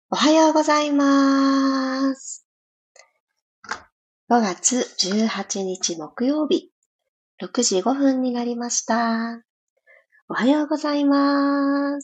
おはようございます。5月18日木曜日、6時5分になりました。おはようございます。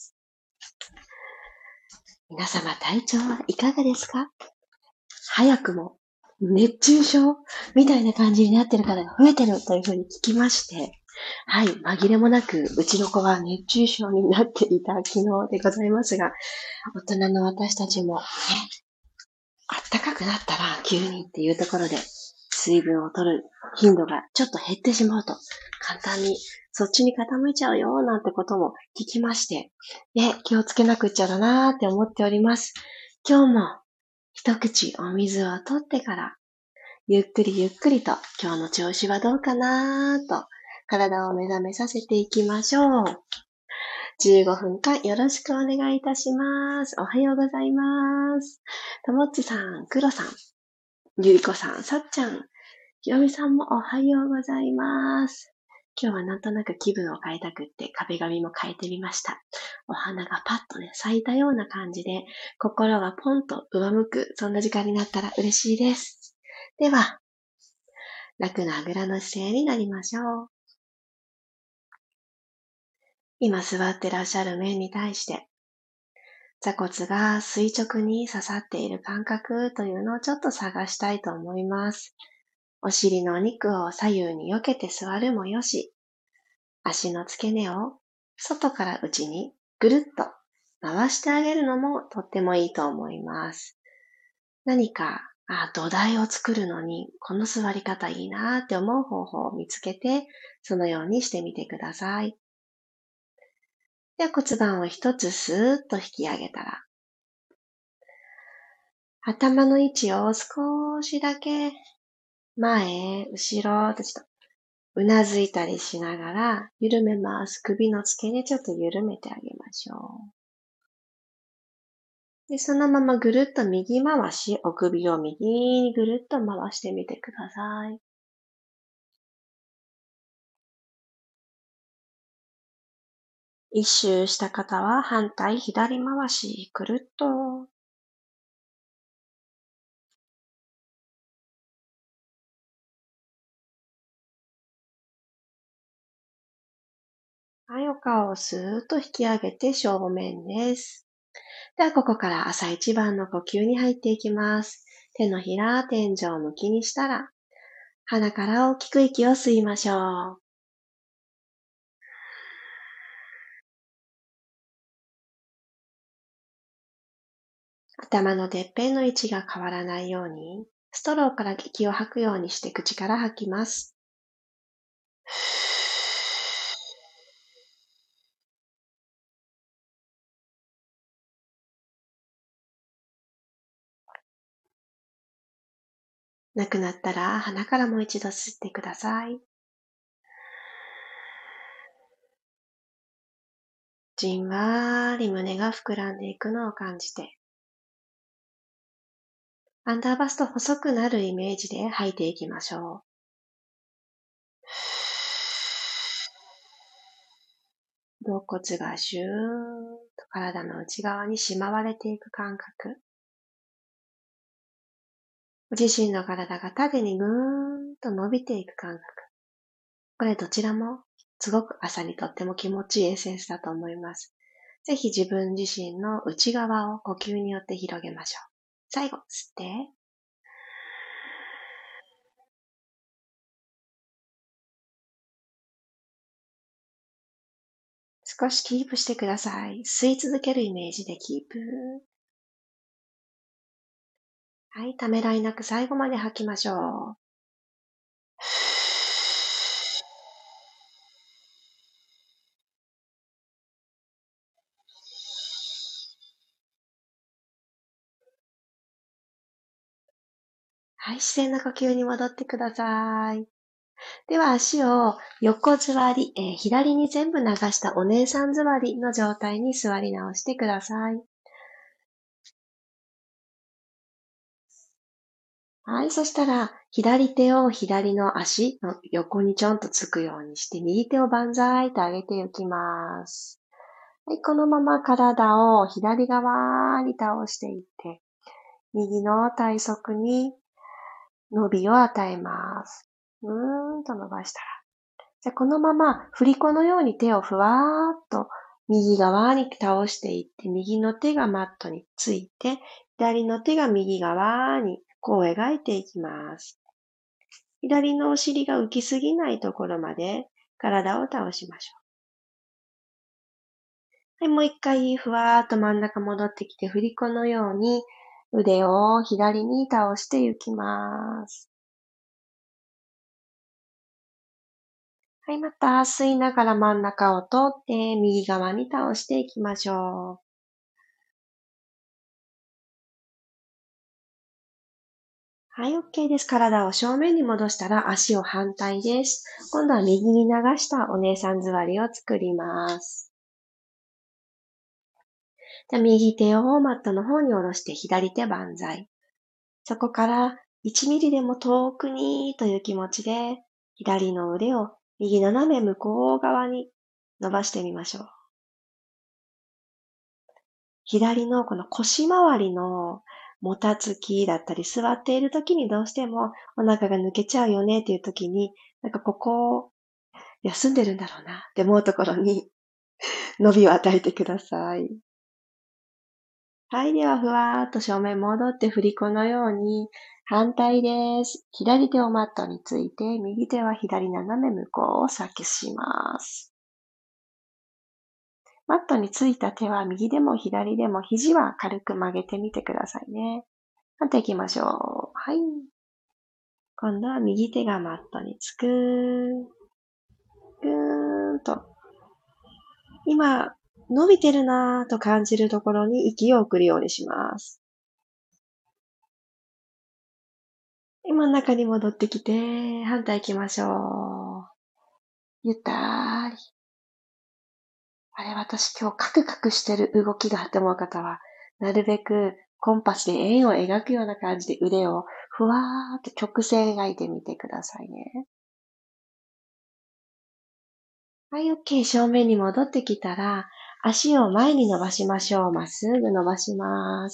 皆様体調はいかがですか？早くも熱中症みたいな感じになってる方が増えてるというふうに聞きまして、はい、紛れもなくうちの子は熱中症になっていた昨日でございますが、大人の私たちもね、あったかくなったら急にっていうところで水分を取る頻度がちょっと減ってしまうと簡単にそっちに傾いちゃうよなんてことも聞きまして、気をつけなくっちゃだなーって思っております。今日も一口お水を取ってからゆっくりゆっくりと今日の調子はどうかなーと体を目覚めさせていきましょう。15分間よろしくお願いいたします。おはようございます。ともっちさん、くろさん、ゆいこさん、さっちゃん、ひろみさんもおはようございます。今日はなんとなく気分を変えたくって壁紙も変えてみました。お花がパッとね、咲いたような感じで、心がポンと上向く、そんな時間になったら嬉しいです。では、楽なあぐらの姿勢になりましょう。今座ってらっしゃる面に対して、座骨が垂直に刺さっている感覚というのをちょっと探したいと思います。お尻のお肉を左右に避けて座るもよし、足の付け根を外から内にぐるっと回してあげるのもとってもいいと思います。何か土台を作るのにこの座り方いいなって思う方法を見つけて、そのようにしてみてください。では骨盤を一つスーッと引き上げたら、頭の位置を少しだけ前、後ろとちょっとうなずいたりしながら緩めます。首の付け根ちょっと緩めてあげましょう。で、そのままぐるっと右回し、お首を右にぐるっと回してみてください。一周した方は反対左回し、ぐるっと。はい、お顔をスーッと引き上げて正面です。では、ここから朝一番の呼吸に入っていきます。手のひら、天井を向きにしたら、鼻から大きく息を吸いましょう。頭のてっぺんの位置が変わらないように、ストローから息を吐くようにして口から吐きます。なくなったら鼻からもう一度吸ってください。じんわり胸が膨らんでいくのを感じて、アンダーバスト細くなるイメージで吐いていきましょう。肋骨がシューンと体の内側にしまわれていく感覚。ご自身の体が縦にぐーんと伸びていく感覚。これどちらもすごく朝にとっても気持ちいいエッセンスだと思います。ぜひ自分自身の内側を呼吸によって広げましょう。最後、吸って。少しキープしてください。吸い続けるイメージでキープ。はい、ためらいなく最後まで吐きましょう。はい、自然な呼吸に戻ってください。では足を横座り、左に全部流したお姉さん座りの状態に座り直してください。はい、そしたら左手を左の足の横にちょんとつくようにして、右手を万歳と上げていきます。 はい、このまま体を左側に倒していって、右の体側に伸びを与えます。伸ばしたら。じゃあこのまま振り子のように手をふわーっと右側に倒していって、右の手がマットについて、左の手が右側にこう描いていきます。左のお尻が浮きすぎないところまで体を倒しましょう。はい、もう一回ふわーっと真ん中戻ってきて、振り子のように腕を左に倒していきます。はい、また吸いながら真ん中を通って右側に倒していきましょう。はい、OK です。体を正面に戻したら足を反対です。今度は右に流したお姉さん座りを作ります。じゃあ右手をマットの方に下ろして左手万歳。そこから1ミリでも遠くにという気持ちで左の腕を右斜め向こう側に伸ばしてみましょう。左のこの腰回りのもたつきだったり座っている時にどうしてもお腹が抜けちゃうよねっていう時にここ休んでるんだろうなって思うところに伸びを与えてください。はい、ではふわーっと正面戻って振り子のように反対です。左手をマットについて、右手は左斜め向こうを先します。マットについた手は右でも左でも肘は軽く曲げてみてくださいね。反対行きましょう。はい。今度は右手がマットにつく。ぐーんと。今、伸びてるなぁと感じるところに息を送るようにします。真ん中に戻ってきて、反対行きましょう。ゆったーり。あれ、私今日カクカクしてる動きがって思う方は、なるべくコンパスで円を描くような感じで腕をふわーっと曲線描いてみてくださいね。はい、OK。正面に戻ってきたら、足を前に伸ばしましょう。まっすぐ伸ばします。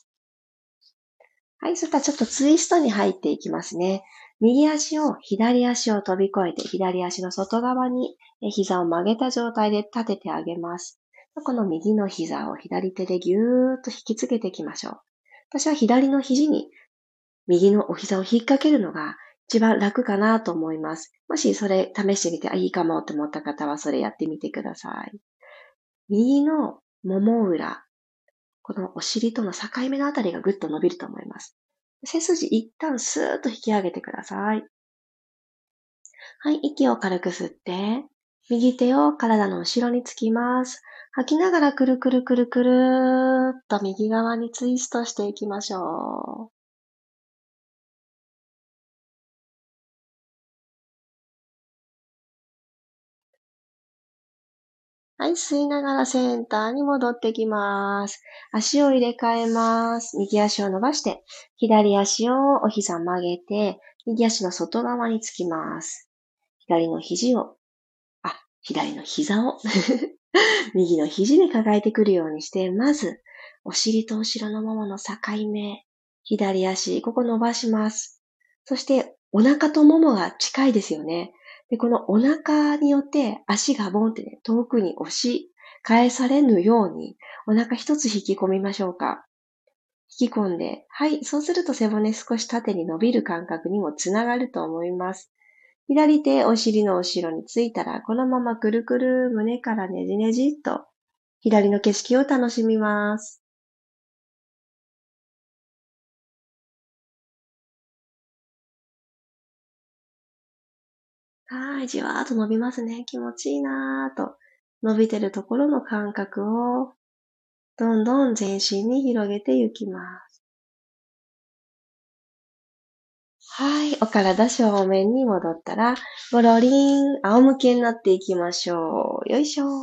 はい、そしたらちょっとツイストに入っていきますね。右足を左足を飛び越えて、左足の外側に膝を曲げた状態で立ててあげます。この右の膝を左手でぎゅーっと引きつけていきましょう。私は左の肘に右のお膝を引っ掛けるのが一番楽かなと思います。もしそれ試してみて、いいかもと思った方はそれやってみてください。右のもも裏、このお尻との境目のあたりがぐっと伸びると思います。背筋一旦スーッと引き上げてください。はい、息を軽く吸って、右手を体の後ろにつきます。吐きながらくるくるくるくるーっと右側にツイストしていきましょう。はい、吸いながらセンターに戻ってきます。足を入れ替えます。右足を伸ばして、左足をお膝曲げて、右足の外側につきます。左の膝を右の肘で抱えてくるようにして、まず、お尻と後ろのももの境目、左足、ここ伸ばします。そして、お腹とももが近いですよね。で、このお腹によって足がボンってね、遠くに押し返されぬように、お腹一つ引き込みましょうか。引き込んで、はい、そうすると背骨少し縦に伸びる感覚にもつながると思います。左手、お尻の後ろについたら、このままくるくる胸からねじねじっと、左の景色を楽しみます。はい、じわーっと伸びますね。気持ちいいなーと。伸びてるところの感覚を、どんどん全身に広げていきます。はい、お体正面に戻ったら、ゴロリン、仰向けになっていきましょう。よいしょ。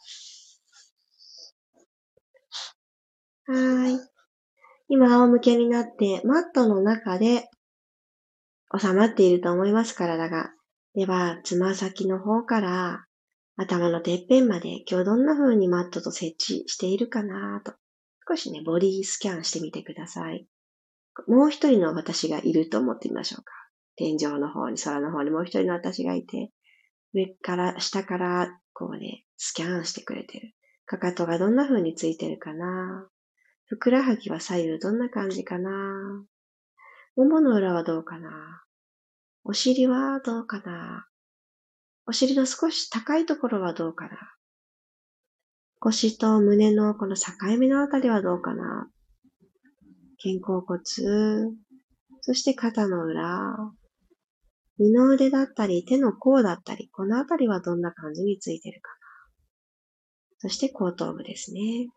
はい。今、仰向けになって、マットの中で収まっていると思います、体が。では、つま先の方から頭のてっぺんまで今日どんな風にマットと設置しているかなと、少しね、ボディスキャンしてみてください。もう一人の私がいると思ってみましょうか。天井の方に、空の方にもう一人の私がいて、上から、下から、こうね、スキャンしてくれてる。かかとがどんな風についてるかな。ふくらはぎは左右どんな感じかな。ももの裏はどうかな。お尻はどうかな。お尻の少し高いところはどうかな。腰と胸のこの境目のあたりはどうかな。肩甲骨、そして肩の裏、二の腕だったり手の甲だったり、このあたりはどんな感じについてるかな。そして後頭部ですね。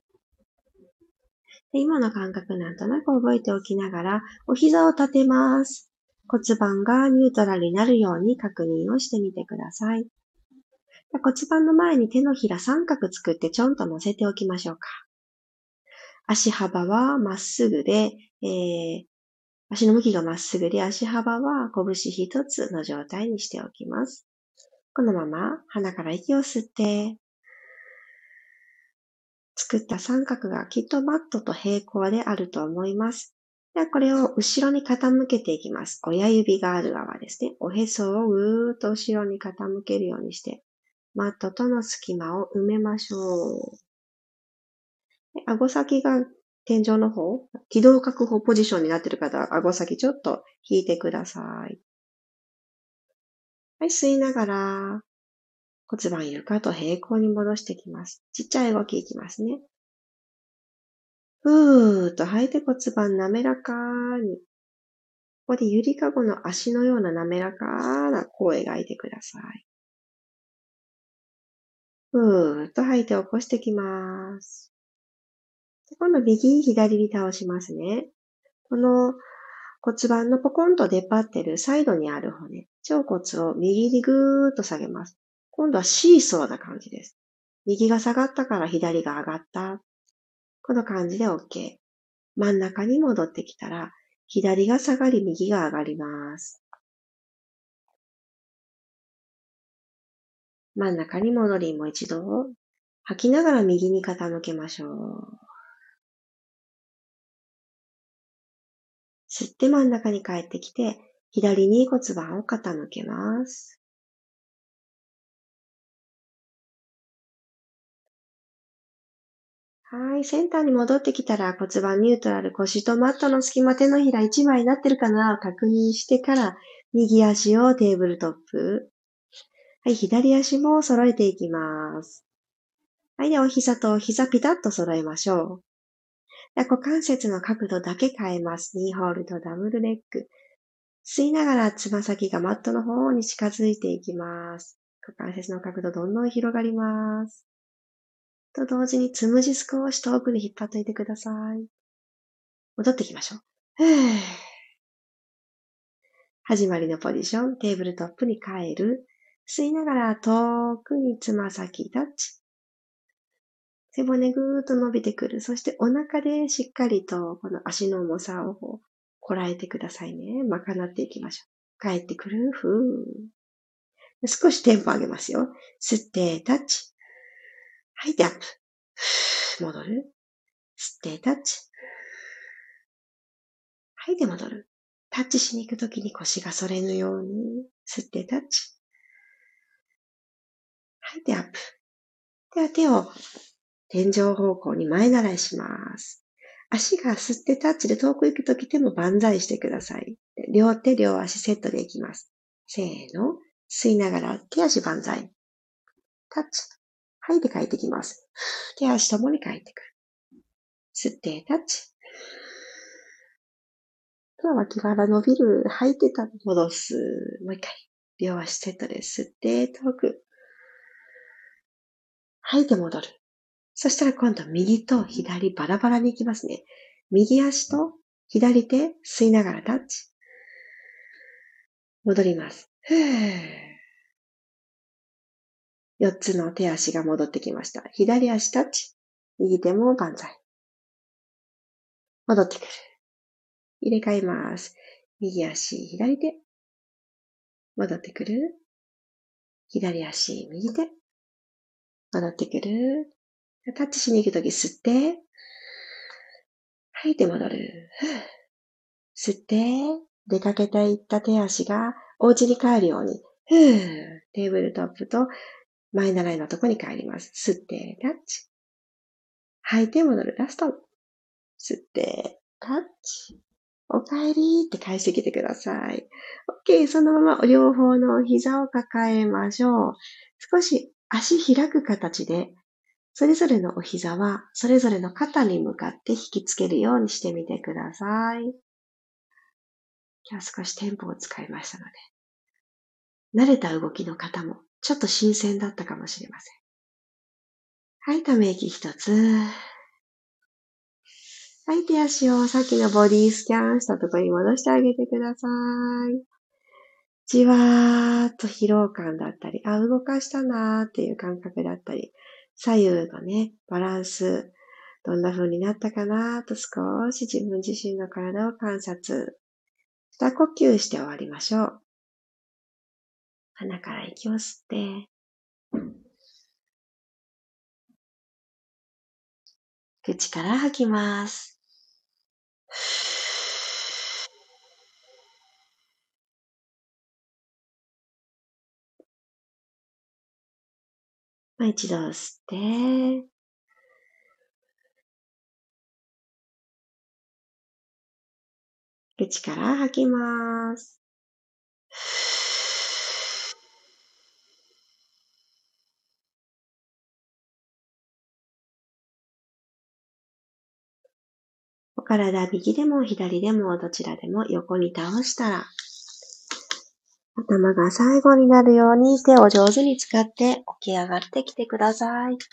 で今の感覚なんとなく覚えておきながら、お膝を立てます。骨盤がニュートラルになるように確認をしてみてください。骨盤の前に手のひら三角作ってちょんと乗せておきましょうか。足幅はまっすぐで、足の向きがまっすぐで、足幅は拳一つの状態にしておきます。このまま鼻から息を吸って、作った三角がきっとマットと平行であると思います。ではこれを後ろに傾けていきます。親指がある側ですね。おへそをぐーっと後ろに傾けるようにして、マットとの隙間を埋めましょう。で顎先が天井の方、気道確保ポジションになっている方は、顎先ちょっと引いてください。はい、吸いながら、骨盤床と平行に戻していきます。ちっちゃい動きいきますね。ふーっと吐いて骨盤滑らかに。ここでゆりかごの足のような滑らかな弧を描いてください。ふーっと吐いて起こしてきます。今度右左に倒しますね。この骨盤のポコンと出っ張ってるサイドにある骨、腸骨を右にぐーっと下げます。今度はシーソーな感じです。右が下がったから左が上がった。この感じで OK。真ん中に戻ってきたら、左が下がり、右が上がります。真ん中に戻り、もう一度。吐きながら右に傾けましょう。吸って真ん中に帰ってきて、左に骨盤を傾けます。はい、センターに戻ってきたら骨盤ニュートラル、腰とマットの隙間、手のひら1枚になってるかなを確認してから、右足をテーブルトップ。はい、左足も揃えていきます。はい、で、お膝とお膝ピタッと揃えましょう。で股関節の角度だけ変えます。ニーホールドダブルレッグ。吸いながらつま先がマットの方に近づいていきます。股関節の角度どんどん広がります。と同時につむじ少し遠くに引っ張っていてください。戻ってきましょう。始まりのポジション、テーブルトップに帰る。吸いながら遠くにつま先タッチ。背骨ぐーっと伸びてくる。そしてお腹でしっかりとこの足の重さをこらえてくださいね。賄っていきましょう。帰ってくる。ふー。少しテンポ上げますよ。吸ってタッチ。吐いてアップ。戻る。吸ってタッチ。吐いて戻る。タッチしに行くときに腰が反れぬように。吸ってタッチ。吐いてアップ。では手を天井方向に前習いします。足が吸ってタッチで遠く行くときでも万歳してください。両手、両足セットでいきます。せーの。吸いながら手足万歳。タッチ。吐いて帰ってきます。手足ともに帰ってくる。吸ってタッチ。脇腹伸びる。吐いてた戻す。もう一回。両足セットで吸って遠く。吐いて戻る。そしたら今度右と左バラバラに行きますね。右足と左手吸いながらタッチ。戻ります。4つの手足が戻ってきました。左足タッチ。右手も万歳。戻ってくる。入れ替えます。右足、左手。戻ってくる。左足、右手。 戻ってくる。タッチしに行くとき吸って、吐いて戻る。吸って、出かけていった手足がお家に帰るように、テーブルトップと前習いのとこに帰ります。吸って、タッチ。吐いて戻る。ラスト。吸って、タッチ。おかえりって返してきてください。OK。そのまま両方のお膝を抱えましょう。少し足開く形で、それぞれのお膝はそれぞれの肩に向かって引きつけるようにしてみてください。今日は少しテンポを使いましたので、慣れた動きの方もちょっと新鮮だったかもしれません。はい、ため息一つ。はい、手足をさっきのボディスキャンしたところに戻してあげてください。じわーっと疲労感だったり、動かしたなーっていう感覚だったり、左右のね、バランス、どんな風になったかなーと少し自分自身の体を観察。二呼吸して終わりましょう。鼻から息を吸って、口から吐きます。一度吸って、口から吐きます。お体右でも左でもどちらでも横に倒したら、頭が最後になるように手を上手に使って起き上がってきてください。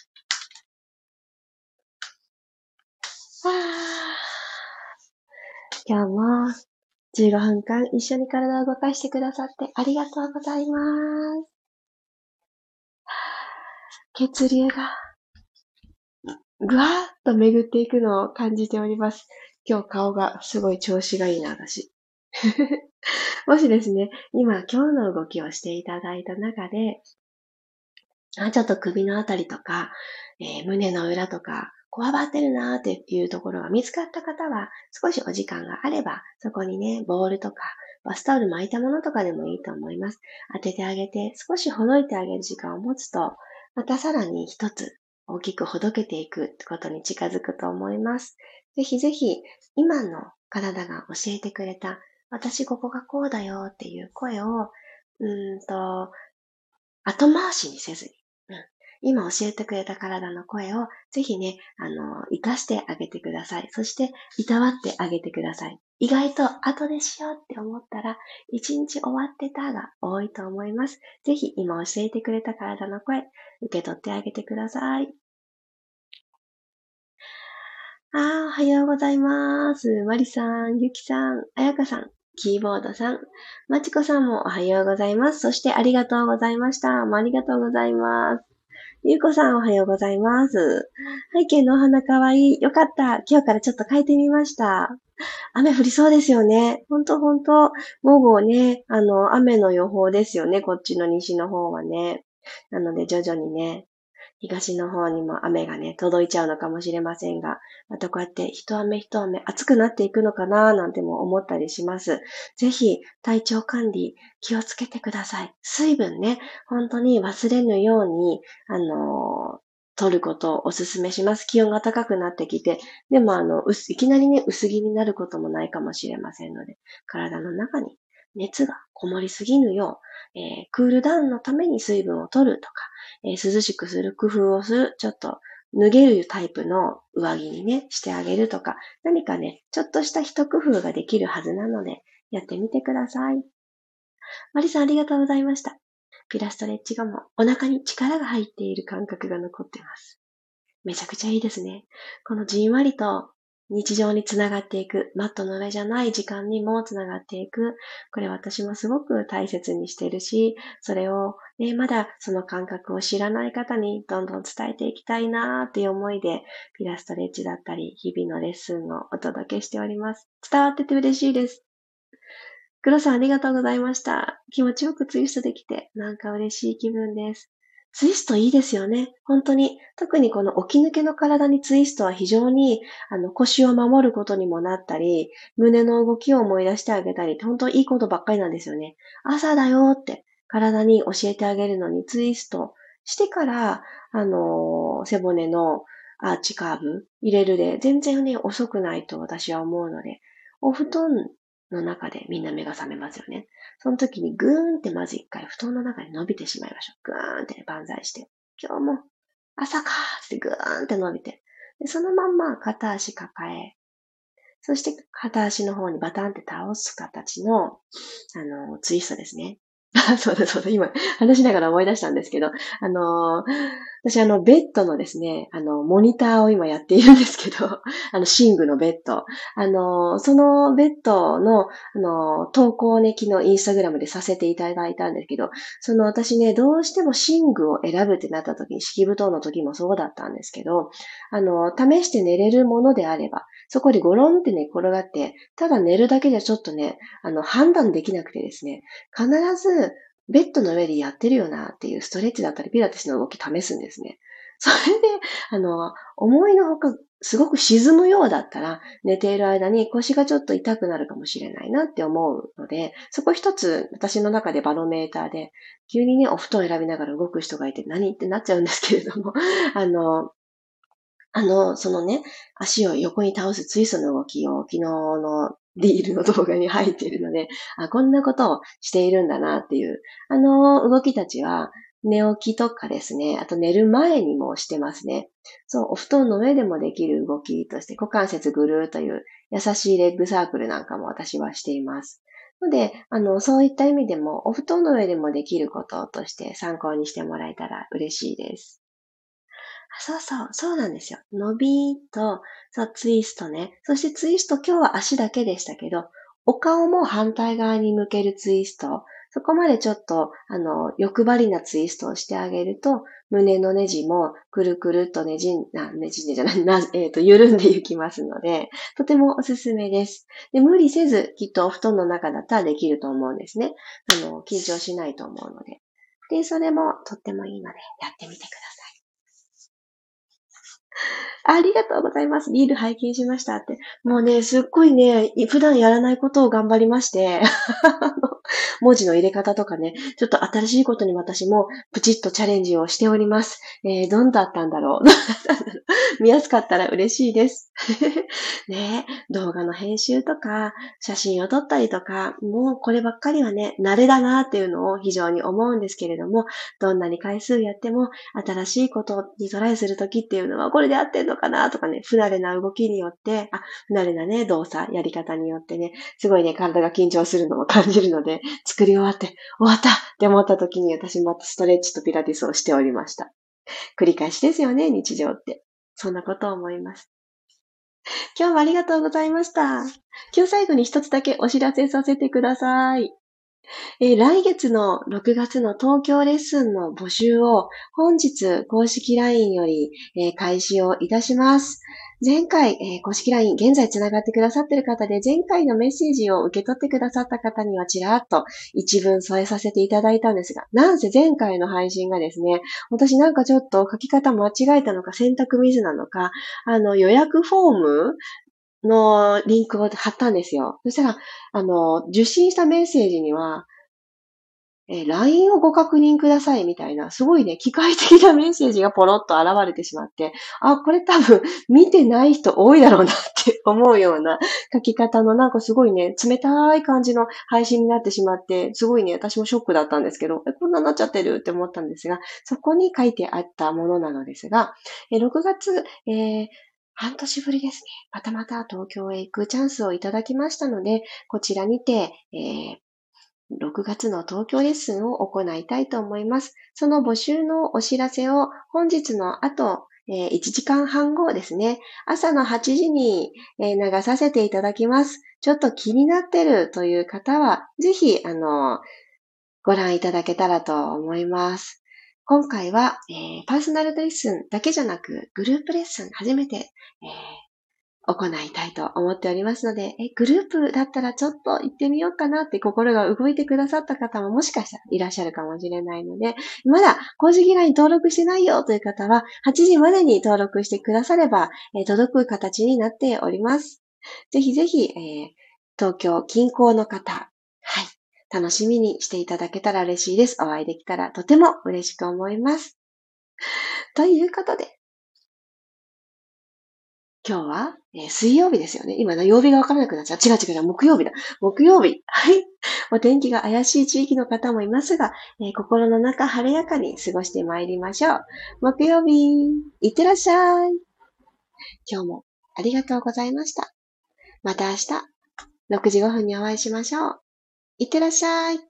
今日も15分間一緒に体を動かしてくださってありがとうございます。血流がぐわーっと巡っていくのを感じております。今日顔がすごい調子がいいな、私。もしですね、今の動きをしていただいた中で、ちょっと首のあたりとか、胸の裏とか、こわばってるなーっていうところが見つかった方は、少しお時間があれば、そこにね、ボールとか、バスタオル巻いたものとかでもいいと思います。当ててあげて、少しほどいてあげる時間を持つと、またさらに一つ大きくほどけていくってことに近づくと思います。ぜひぜひ、今の体が教えてくれた、私ここがこうだよっていう声を、後回しにせずに、今教えてくれた体の声をぜひね、活かしてあげてください。そして、いたわってあげてください。意外と後でしようって思ったら、一日終わってたが多いと思います。ぜひ今教えてくれた体の声、受け取ってあげてください。おはようございます。マリさん、ゆきさん、あやかさん、キーボードさん、まちこさんもおはようございます。そしてありがとうございました。ありがとうございます。ゆうこさんおはようございます。背景のお花かわいい。よかった。今日からちょっと変えてみました。雨降りそうですよね。ほんと。午後ね、雨の予報ですよね。こっちの西の方はね。なので徐々にね、東の方にも雨がね、届いちゃうのかもしれませんが、またこうやって一雨一雨暑くなっていくのかななんても思ったりします。ぜひ体調管理気をつけてください。水分ね、本当に忘れぬように、取ることをお勧めします。気温が高くなってきて、でもいきなりね、薄着になることもないかもしれませんので、体の中に熱がこもりすぎぬよう、クールダウンのために水分を取るとか、涼しくする工夫をする、ちょっと脱げるタイプの上着にね、してあげるとか、何かね、ちょっとした一工夫ができるはずなので、やってみてください。マリさんありがとうございました。ピラストレッチ後もお腹に力が入っている感覚が残ってます。めちゃくちゃいいですね。このじんわりと日常につながっていく、マットの上じゃない時間にもつながっていく。これ私もすごく大切にしてるし、それをね、まだその感覚を知らない方にどんどん伝えていきたいなーっていう思いで、ピラストレッチだったり、日々のレッスンをお届けしております。伝わってて嬉しいです。黒さんありがとうございました。気持ちよくツイストできて、なんか嬉しい気分です。 ツイストいいですよね。本当に。特にこの起き抜けの体にツイストは非常に、腰を守ることにもなったり、胸の動きを思い出してあげたり、本当いいことばっかりなんですよね。朝だよって体に教えてあげるのにツイストしてから、背骨のアーチカーブ入れるで、全然ね、遅くないと私は思うので、お布団の中でみんな目が覚めますよね。その時にぐーんってまず一回布団の中に伸びてしまいましょう。ぐーんって万歳して。今日も朝かーってぐーんって伸びて。でそのまんま片足抱え、そして片足の方にバタンって倒す形の、ツイストですね。そうだそうだ、今話しながら思い出したんですけど、私ベッドのですね、モニターを今やっているんですけど、寝具のベッド。そのベッドの、投稿をね、昨日インスタグラムでさせていただいたんですけど、私ね、どうしても寝具を選ぶってなった時に、敷布団の時もそうだったんですけど、試して寝れるものであれば、そこでゴロンって寝転がって、ただ寝るだけじゃちょっとね、判断できなくてですね、必ずベッドの上でやってるよなっていうストレッチだったりピラティスの動き試すんですね。それで、思いのほかすごく沈むようだったら、寝ている間に腰がちょっと痛くなるかもしれないなって思うので、そこ一つ私の中でバロメーターで、急にね、お布団を選びながら動く人がいて何ってなっちゃうんですけれども、あの、そのね、足を横に倒すツイストの動きを昨日のリールの動画に入っているので、こんなことをしているんだなっていう、動きたちは、寝起きとかですね、あと寝る前にもしてますね。そう、お布団の上でもできる動きとして、股関節ぐるーという優しいレッグサークルなんかも私はしています。ので、そういった意味でも、お布団の上でもできることとして参考にしてもらえたら嬉しいです。そうそう、そうなんですよ。伸びと、そう、ツイストね。そしてツイスト、今日は足だけでしたけど、お顔も反対側に向けるツイスト。そこまでちょっと、欲張りなツイストをしてあげると、胸のネジもくるくるっとねじねじゃない、緩んでいきますので、とてもおすすめです。で、無理せず、きっとお布団の中だったらできると思うんですね。緊張しないと思うので。で、それもとってもいいので、やってみてください。ありがとうございます。リール拝見しましたって。もうね、すっごいね、普段やらないことを頑張りまして、文字の入れ方とかね、ちょっと新しいことに私もプチッとチャレンジをしております。どんだったんだろう。見やすかったら嬉しいです。ね、動画の編集とか、写真を撮ったりとか、もうこればっかりはね、慣れだなっていうのを非常に思うんですけれども、どんなに回数やっても、新しいことにトライするときっていうのは、これで合ってんのかなとかね、不慣れな動きによって、不慣れなね、動作、やり方によってね、すごいね、体が緊張するのを感じるので、作り終わって、終わったって思った時に私またストレッチとピラティスをしておりました。繰り返しですよね、日常って。そんなことを思います。今日もありがとうございました。今日最後に一つだけお知らせさせてください。来月の6月の東京レッスンの募集を本日公式 LINE より、開始をいたします。前回、公式 LINE 現在つながってくださっている方で前回のメッセージを受け取ってくださった方にはちらっと一文添えさせていただいたんですが、なんせ前回の配信がですね、私なんかちょっと書き方間違えたのか選択ミスなのか、予約フォームのリンクを貼ったんですよ。そしたら、受信したメッセージには、LINE をご確認くださいみたいな、すごいね、機械的なメッセージがポロッと現れてしまって、これ多分見てない人多いだろうなって思うような書き方のなんかすごいね、冷たい感じの配信になってしまって、すごいね、私もショックだったんですけど、こんなになっちゃってるって思ったんですが、そこに書いてあったものなのですが、6月、半年ぶりですね。またまた東京へ行くチャンスをいただきましたので、こちらにて、6月の東京レッスンを行いたいと思います。その募集のお知らせを本日の後、1時間半後ですね、朝の8時に流させていただきます。ちょっと気になってるという方は、ぜひ、ご覧いただけたらと思います。今回は、パーソナルレッスンだけじゃなく、グループレッスン初めて、 行いたいと思っておりますので、グループだったらちょっと行ってみようかなって心が動いてくださった方ももしかしたらいらっしゃるかもしれないので、まだ公式 LINE 登録してないよという方は、8時までに登録してくだされば、届く形になっております。ぜひぜひ、東京近郊の方、はい、楽しみにしていただけたら嬉しいです。お会いできたらとても嬉しく思います。ということで、今日は、水曜日ですよね。今、曜日がわからなくなっちゃう。違う違う違う、木曜日だ。木曜日。はい。お天気が怪しい地域の方もいますが、心の中晴れやかに過ごしてまいりましょう。木曜日、いってらっしゃい。今日もありがとうございました。また明日、6時5分にお会いしましょう。いってらっしゃい。